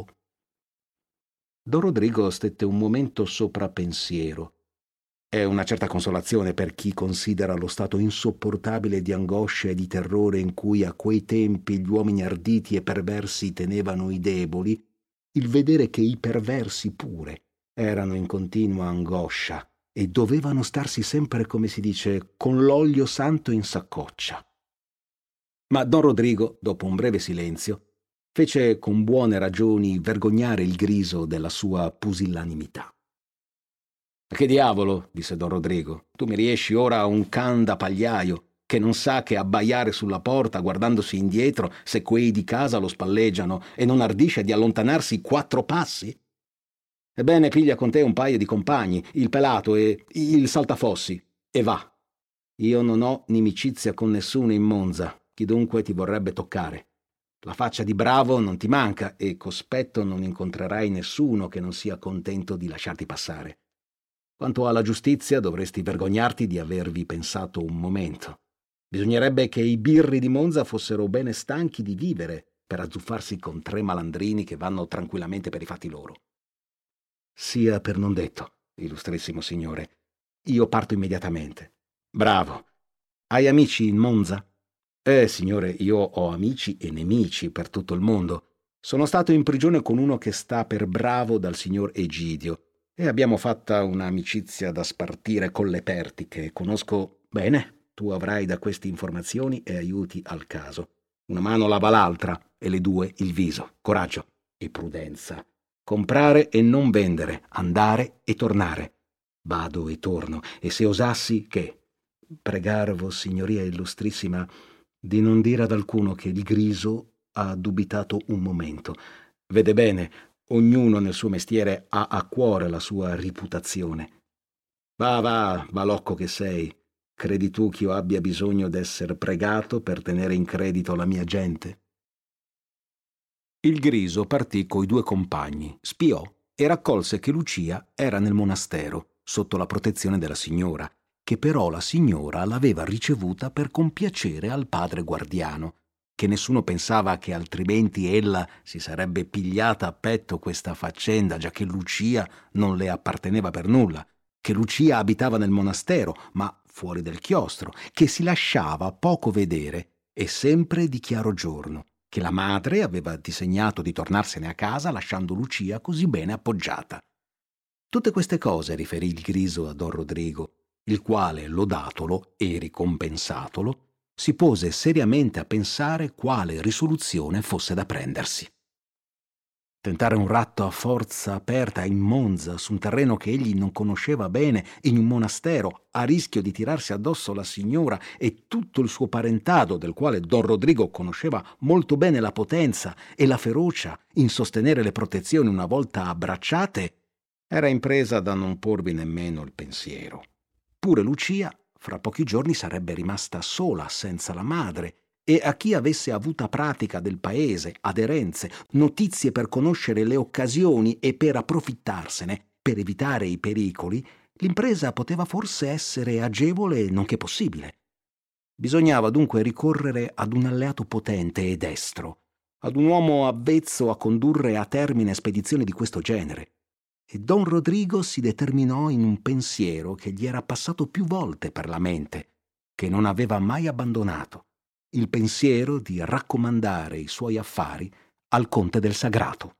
Don Rodrigo stette un momento sopra pensiero. È una certa consolazione per chi considera lo stato insopportabile di angoscia e di terrore in cui a quei tempi gli uomini arditi e perversi tenevano i deboli, il vedere che i perversi pure erano in continua angoscia e dovevano starsi sempre, come si dice, con l'olio santo in saccoccia. Ma Don Rodrigo, dopo un breve silenzio, fece con buone ragioni vergognare il griso della sua pusillanimità. «Che diavolo», disse Don Rodrigo, «tu mi riesci ora un can da pagliaio che non sa che abbaiare sulla porta guardandosi indietro se quei di casa lo spalleggiano e non ardisce di allontanarsi 4 passi? Ebbene, piglia con te un paio di compagni, il pelato e il saltafossi, e va. Io non ho nimicizia con nessuno in Monza, chiunque ti vorrebbe toccare. La faccia di bravo non ti manca e cospetto non incontrerai nessuno che non sia contento di lasciarti passare. Quanto alla giustizia, dovresti vergognarti di avervi pensato un momento. Bisognerebbe che i birri di Monza fossero bene stanchi di vivere per azzuffarsi con 3 malandrini che vanno tranquillamente per i fatti loro. Sia per non detto, illustrissimo signore. Io parto immediatamente. Bravo. Hai amici in Monza? Signore, io ho amici e nemici per tutto il mondo. Sono stato in prigione con uno che sta per bravo dal signor Egidio e abbiamo fatta un'amicizia da spartire con le Perti, che conosco bene. Tu avrai da queste informazioni e aiuti al caso. Una mano lava l'altra e le 2 il viso. Coraggio e prudenza. Comprare e non vendere, andare e tornare. Vado e torno, e se osassi, che? Pregar Vossignoria Illustrissima di non dire ad alcuno che il griso ha dubitato un momento. Vede bene, ognuno nel suo mestiere ha a cuore la sua reputazione. Va, balocco che sei. Credi tu che io abbia bisogno d'esser pregato per tenere in credito la mia gente? Il griso partì coi 2 compagni, spiò e raccolse che Lucia era nel monastero, sotto la protezione della signora, che però la signora l'aveva ricevuta per compiacere al padre guardiano, che nessuno pensava che altrimenti ella si sarebbe pigliata a petto questa faccenda, giacché Lucia non le apparteneva per nulla, che Lucia abitava nel monastero, ma fuori del chiostro, che si lasciava poco vedere e sempre di chiaro giorno, che la madre aveva disegnato di tornarsene a casa lasciando Lucia così bene appoggiata. Tutte queste cose riferì il griso a Don Rodrigo, il quale, lodatolo e ricompensatolo, si pose seriamente a pensare quale risoluzione fosse da prendersi. Tentare un ratto a forza aperta in Monza, su un terreno che egli non conosceva bene, in un monastero, a rischio di tirarsi addosso la signora e tutto il suo parentado, del quale Don Rodrigo conosceva molto bene la potenza e la ferocia in sostenere le protezioni una volta abbracciate, era impresa da non porvi nemmeno il pensiero. Pure Lucia, fra pochi giorni, sarebbe rimasta sola, senza la madre, e a chi avesse avuta pratica del paese, aderenze, notizie per conoscere le occasioni e per approfittarsene, per evitare i pericoli, l'impresa poteva forse essere agevole nonché possibile. Bisognava dunque ricorrere ad un alleato potente e destro, ad un uomo avvezzo a condurre a termine spedizioni di questo genere. E Don Rodrigo si determinò in un pensiero che gli era passato più volte per la mente, che non aveva mai abbandonato. Il pensiero di raccomandare i suoi affari al conte del Sagrato.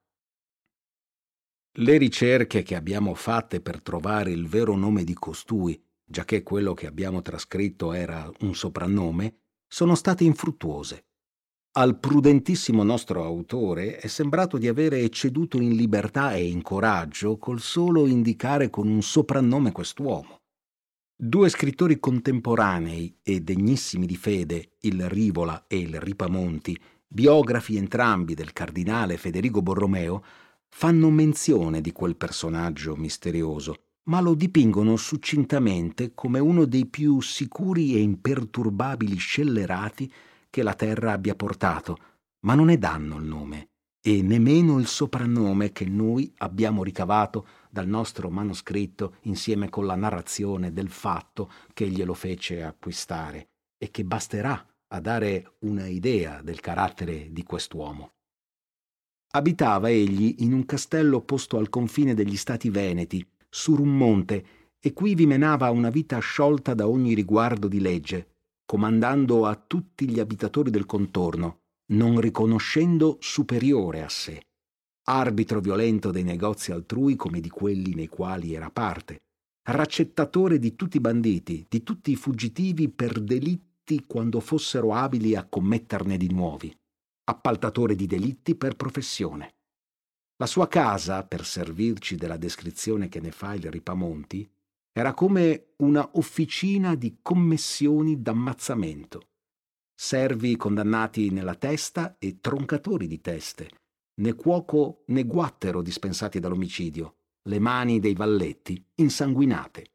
Le ricerche che abbiamo fatte per trovare il vero nome di costui, giacché quello che abbiamo trascritto era un soprannome, sono state infruttuose. Al prudentissimo nostro autore è sembrato di avere ecceduto in libertà e in coraggio col solo indicare con un soprannome quest'uomo. 2 scrittori contemporanei e degnissimi di fede, il Rivola e il Ripamonti, biografi entrambi del cardinale Federigo Borromeo, fanno menzione di quel personaggio misterioso, ma lo dipingono succintamente come uno dei più sicuri e imperturbabili scellerati che la terra abbia portato, ma non ne danno il nome e nemmeno il soprannome che noi abbiamo ricavato dal nostro manoscritto insieme con la narrazione del fatto che glielo fece acquistare e che basterà a dare una idea del carattere di quest'uomo. Abitava egli in un castello posto al confine degli stati veneti, su un monte, e quivi menava una vita sciolta da ogni riguardo di legge, comandando a tutti gli abitatori del contorno, non riconoscendo superiore a sé, arbitro violento dei negozi altrui come di quelli nei quali era parte, raccettatore di tutti i banditi, di tutti i fuggitivi per delitti quando fossero abili a commetterne di nuovi, appaltatore di delitti per professione. La sua casa, per servirci della descrizione che ne fa il Ripamonti, era come una officina di commissioni d'ammazzamento. Servi condannati nella testa e troncatori di teste, né cuoco né guattero dispensati dall'omicidio, le mani dei valletti insanguinate.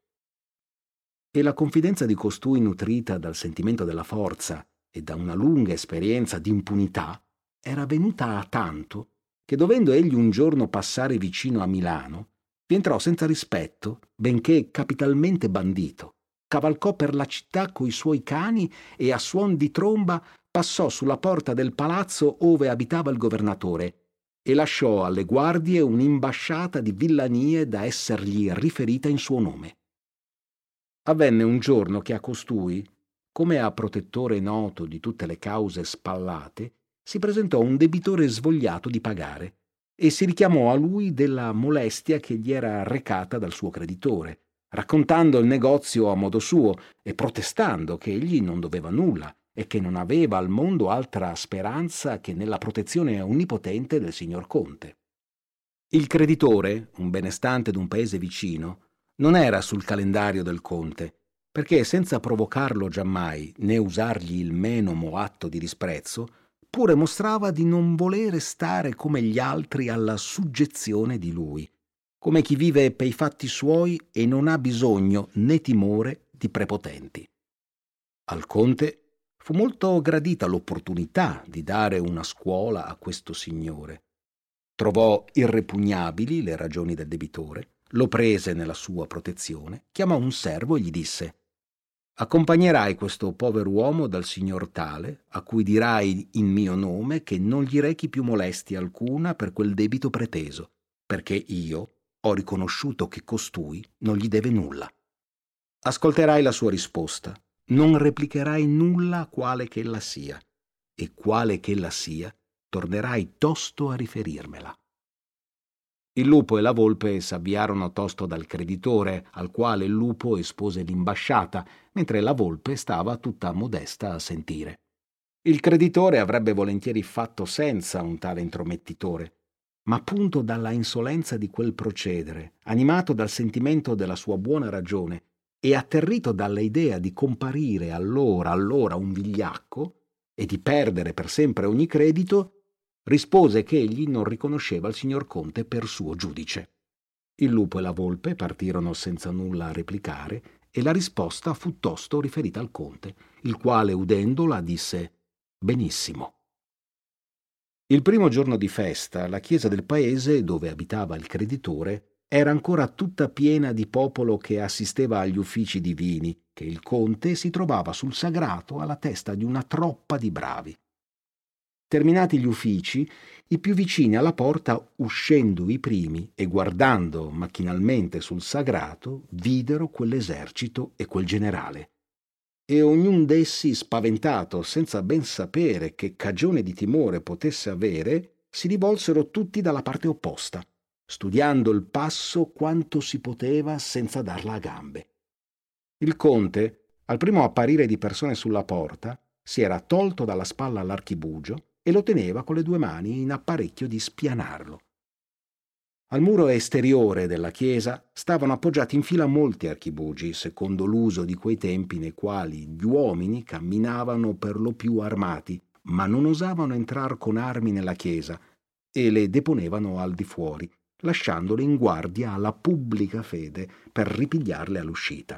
E la confidenza di costui, nutrita dal sentimento della forza e da una lunga esperienza di impunità, era venuta a tanto che, dovendo egli un giorno passare vicino a Milano, vi entrò senza rispetto, benché capitalmente bandito, cavalcò per la città coi suoi cani e a suon di tromba passò sulla porta del palazzo ove abitava il governatore e lasciò alle guardie un'imbasciata di villanie da essergli riferita in suo nome. Avvenne un giorno che a costui, come a protettore noto di tutte le cause spallate, si presentò un debitore svogliato di pagare e si richiamò a lui della molestia che gli era recata dal suo creditore, raccontando il negozio a modo suo e protestando che egli non doveva nulla e che non aveva al mondo altra speranza che nella protezione onnipotente del signor Conte. Il creditore, un benestante d'un paese vicino, non era sul calendario del Conte, perché senza provocarlo giammai né usargli il menomo atto di disprezzo, pure mostrava di non volere stare come gli altri alla suggezione di lui, come chi vive pei fatti suoi e non ha bisogno né timore di prepotenti. Al Conte fu molto gradita l'opportunità di dare una scuola a questo signore. Trovò irrepugnabili le ragioni del debitore, lo prese nella sua protezione, chiamò un servo e gli disse: «Accompagnerai questo pover'uomo dal signor tale, a cui dirai in mio nome che non gli rechi più molestia alcuna per quel debito preteso, perché io ho riconosciuto che costui non gli deve nulla. Ascolterai la sua risposta, non replicherai nulla quale che ella sia, e quale che ella sia, tornerai tosto a riferirmela». Il lupo e la volpe s'avviarono tosto dal creditore, al quale il lupo espose l'imbasciata, mentre la volpe stava tutta modesta a sentire. Il creditore avrebbe volentieri fatto senza un tale intromettitore, ma appunto dalla insolenza di quel procedere, animato dal sentimento della sua buona ragione e atterrito dalla idea di comparire allora un vigliacco e di perdere per sempre ogni credito, rispose che egli non riconosceva il signor Conte per suo giudice. Il lupo e la volpe partirono senza nulla a replicare e la risposta fu tosto riferita al Conte, il quale, udendola, disse: «Benissimo». Il primo giorno di festa, la chiesa del paese, dove abitava il creditore, era ancora tutta piena di popolo che assisteva agli uffici divini, che il Conte si trovava sul sagrato alla testa di una troppa di bravi. Terminati gli uffici, i più vicini alla porta, uscendo i primi e guardando macchinalmente sul sagrato, videro quell'esercito e quel generale. E ognun d'essi, spaventato, senza ben sapere che cagione di timore potesse avere, si rivolsero tutti dalla parte opposta, studiando il passo quanto si poteva senza darla a gambe. Il Conte, al primo apparire di persone sulla porta, si era tolto dalla spalla l'archibugio e lo teneva con le due mani in apparecchio di spianarlo. Al muro esteriore della chiesa stavano appoggiati in fila molti archibugi, secondo l'uso di quei tempi nei quali gli uomini camminavano per lo più armati, ma non osavano entrar con armi nella chiesa e le deponevano al di fuori, lasciandole in guardia alla pubblica fede per ripigliarle all'uscita.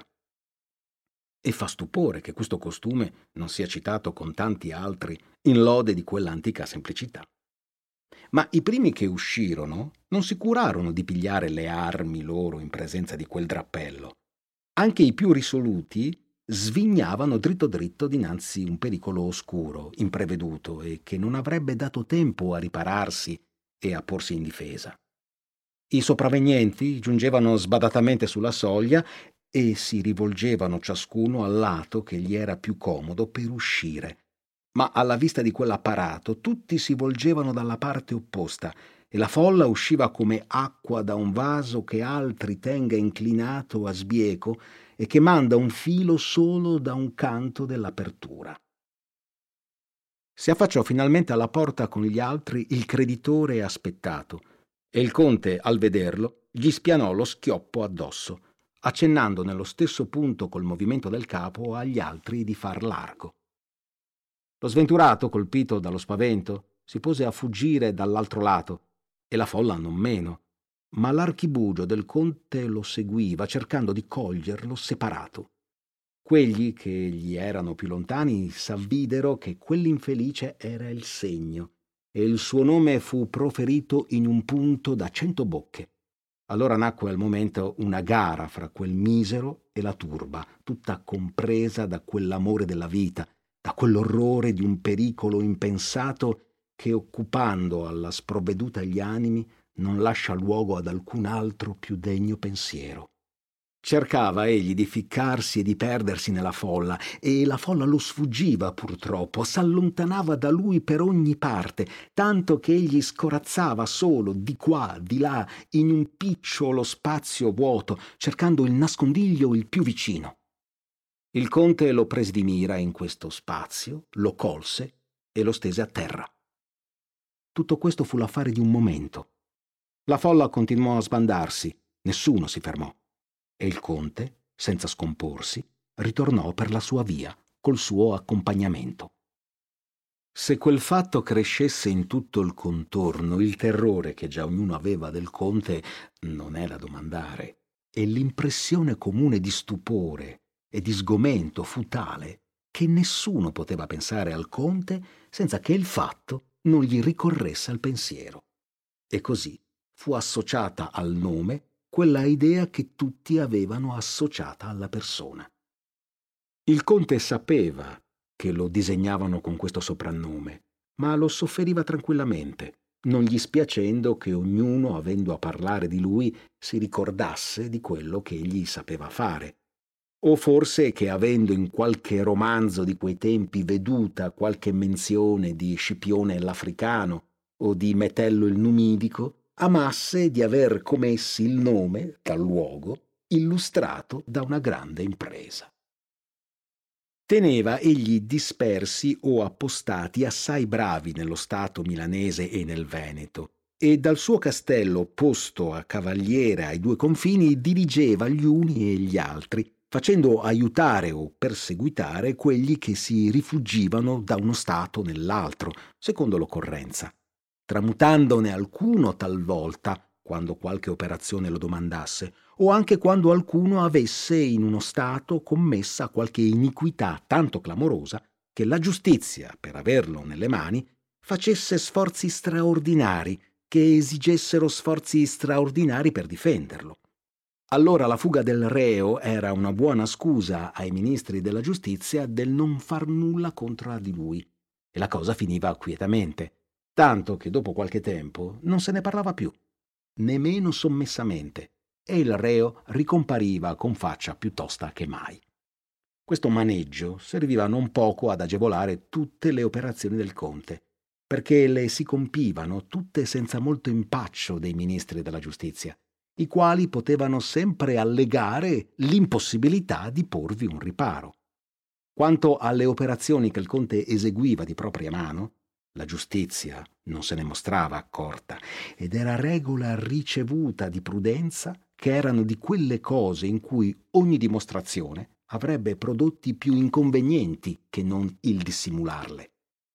E fa stupore che questo costume non sia citato con tanti altri in lode di quella antica semplicità. Ma i primi che uscirono non si curarono di pigliare le armi loro in presenza di quel drappello. Anche i più risoluti svignavano dritto dritto dinanzi un pericolo oscuro, impreveduto e che non avrebbe dato tempo a ripararsi e a porsi in difesa. I sopravvenienti giungevano sbadatamente sulla soglia e si rivolgevano ciascuno al lato che gli era più comodo per uscire. Ma alla vista di quell'apparato tutti si volgevano dalla parte opposta e la folla usciva come acqua da un vaso che altri tenga inclinato a sbieco e che manda un filo solo da un canto dell'apertura. Si affacciò finalmente alla porta con gli altri il creditore aspettato e il conte, al vederlo, gli spianò lo schioppo addosso, accennando nello stesso punto col movimento del capo agli altri di far largo. Lo sventurato, colpito dallo spavento, si pose a fuggire dall'altro lato, e la folla non meno, ma l'archibugio del conte lo seguiva, cercando di coglierlo separato. Quegli che gli erano più lontani s'avvidero che quell'infelice era il segno, e il suo nome fu proferito in un punto da 100 bocche. Allora nacque al momento una gara fra quel misero e la turba, tutta compresa da quell'amore della vita, da quell'orrore di un pericolo impensato che, occupando alla sprovveduta gli animi, non lascia luogo ad alcun altro più degno pensiero. Cercava egli di ficcarsi e di perdersi nella folla, e la folla lo sfuggiva purtroppo, s'allontanava da lui per ogni parte, tanto che egli scorazzava solo di qua, di là, in un picciolo spazio vuoto, cercando il nascondiglio il più vicino. Il conte lo prese di mira in questo spazio, lo colse e lo stese a terra. Tutto questo fu l'affare di un momento. La folla continuò a sbandarsi, nessuno si fermò, e il conte, senza scomporsi, ritornò per la sua via, col suo accompagnamento. Se quel fatto crescesse in tutto il contorno, il terrore che già ognuno aveva del conte non è da domandare, e l'impressione comune di stupore e di sgomento fu tale che nessuno poteva pensare al conte senza che il fatto non gli ricorresse al pensiero. E così fu associata al nome quella idea che tutti avevano associata alla persona. Il conte sapeva che lo disegnavano con questo soprannome, ma lo sofferiva tranquillamente, non gli spiacendo che ognuno, avendo a parlare di lui, si ricordasse di quello che egli sapeva fare. O forse che, avendo in qualche romanzo di quei tempi veduta qualche menzione di Scipione l'Africano o di Metello il Numidico, amasse di aver come essi il nome, dal luogo, illustrato da una grande impresa. Teneva egli dispersi o appostati assai bravi nello stato milanese e nel Veneto, e dal suo castello, posto a cavaliere ai due confini, dirigeva gli uni e gli altri, facendo aiutare o perseguitare quelli che si rifuggivano da uno stato nell'altro, secondo l'occorrenza, tramutandone alcuno talvolta, quando qualche operazione lo domandasse, o anche quando alcuno avesse in uno stato commessa qualche iniquità tanto clamorosa che la giustizia, per averlo nelle mani, facesse sforzi straordinari, che esigessero sforzi straordinari per difenderlo. Allora la fuga del reo era una buona scusa ai ministri della giustizia del non far nulla contro di lui, e la cosa finiva quietamente, tanto che dopo qualche tempo non se ne parlava più, nemmeno sommessamente, e il reo ricompariva con faccia più tosta che mai. Questo maneggio serviva non poco ad agevolare tutte le operazioni del conte, perché le si compivano tutte senza molto impaccio dei ministri della giustizia, i quali potevano sempre allegare l'impossibilità di porvi un riparo. Quanto alle operazioni che il conte eseguiva di propria mano, la giustizia non se ne mostrava accorta ed era regola ricevuta di prudenza che erano di quelle cose in cui ogni dimostrazione avrebbe prodotti più inconvenienti che non il dissimularle.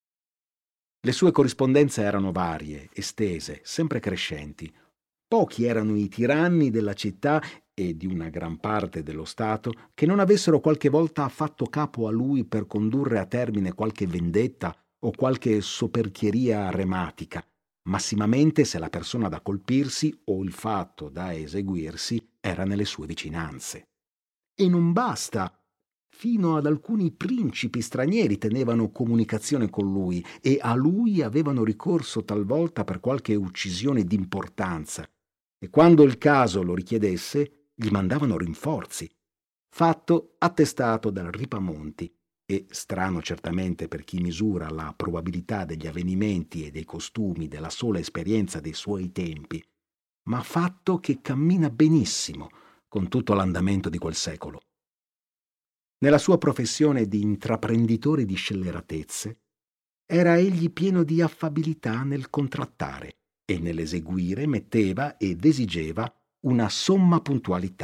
Le sue corrispondenze erano varie, estese, sempre crescenti. Pochi erano i tiranni della città e di una gran parte dello Stato che non avessero qualche volta fatto capo a lui per condurre a termine qualche vendetta o qualche soperchieria rematica, massimamente se la persona da colpirsi o il fatto da eseguirsi era nelle sue vicinanze. E non basta. Fino ad alcuni principi stranieri tenevano comunicazione con lui e a lui avevano ricorso talvolta per qualche uccisione d'importanza, e quando il caso lo richiedesse gli mandavano rinforzi, fatto attestato dal Ripamonti, e strano certamente per chi misura la probabilità degli avvenimenti e dei costumi della sola esperienza dei suoi tempi, ma fatto che cammina benissimo con tutto l'andamento di quel secolo. Nella sua professione di intraprenditore di scelleratezze era egli pieno di affabilità nel contrattare e nell'eseguire metteva ed esigeva una somma puntualità.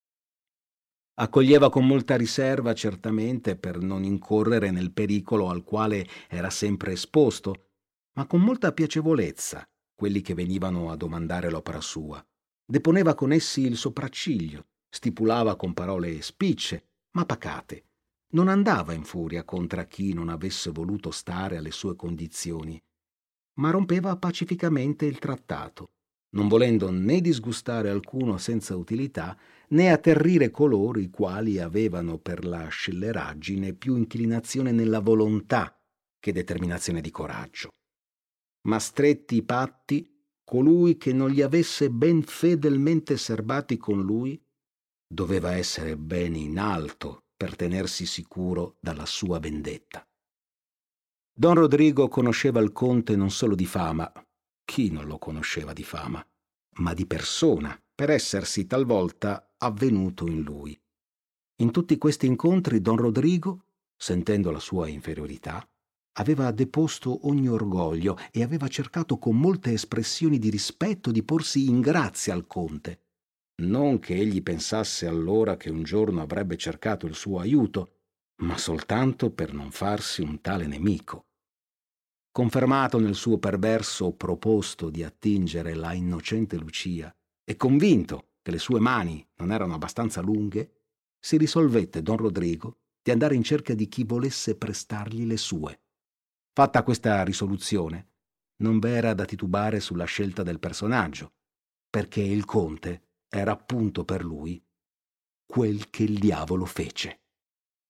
Accoglieva con molta riserva certamente per non incorrere nel pericolo al quale era sempre esposto, ma con molta piacevolezza quelli che venivano a domandare l'opera sua. Deponeva con essi il sopracciglio, stipulava con parole spicce, ma pacate. Non andava in furia contro chi non avesse voluto stare alle sue condizioni, ma rompeva pacificamente il trattato, non volendo né disgustare alcuno senza utilità, né atterrire coloro i quali avevano per la scelleraggine più inclinazione nella volontà che determinazione di coraggio. Ma stretti i patti, colui che non li avesse ben fedelmente serbati con lui doveva essere ben in alto per tenersi sicuro dalla sua vendetta. Don Rodrigo conosceva il conte non solo di fama, chi non lo conosceva di fama, ma di persona, per essersi talvolta avvenuto in lui. In tutti questi incontri Don Rodrigo, sentendo la sua inferiorità, aveva deposto ogni orgoglio e aveva cercato con molte espressioni di rispetto di porsi in grazia al conte. Non che egli pensasse allora che un giorno avrebbe cercato il suo aiuto, ma soltanto per non farsi un tale nemico. Confermato nel suo perverso proposto di attingere la innocente Lucia e convinto che le sue mani non erano abbastanza lunghe, si risolvette Don Rodrigo di andare in cerca di chi volesse prestargli le sue. Fatta questa risoluzione, non v'era da titubare sulla scelta del personaggio, perché il conte era appunto per lui quel che il diavolo fece.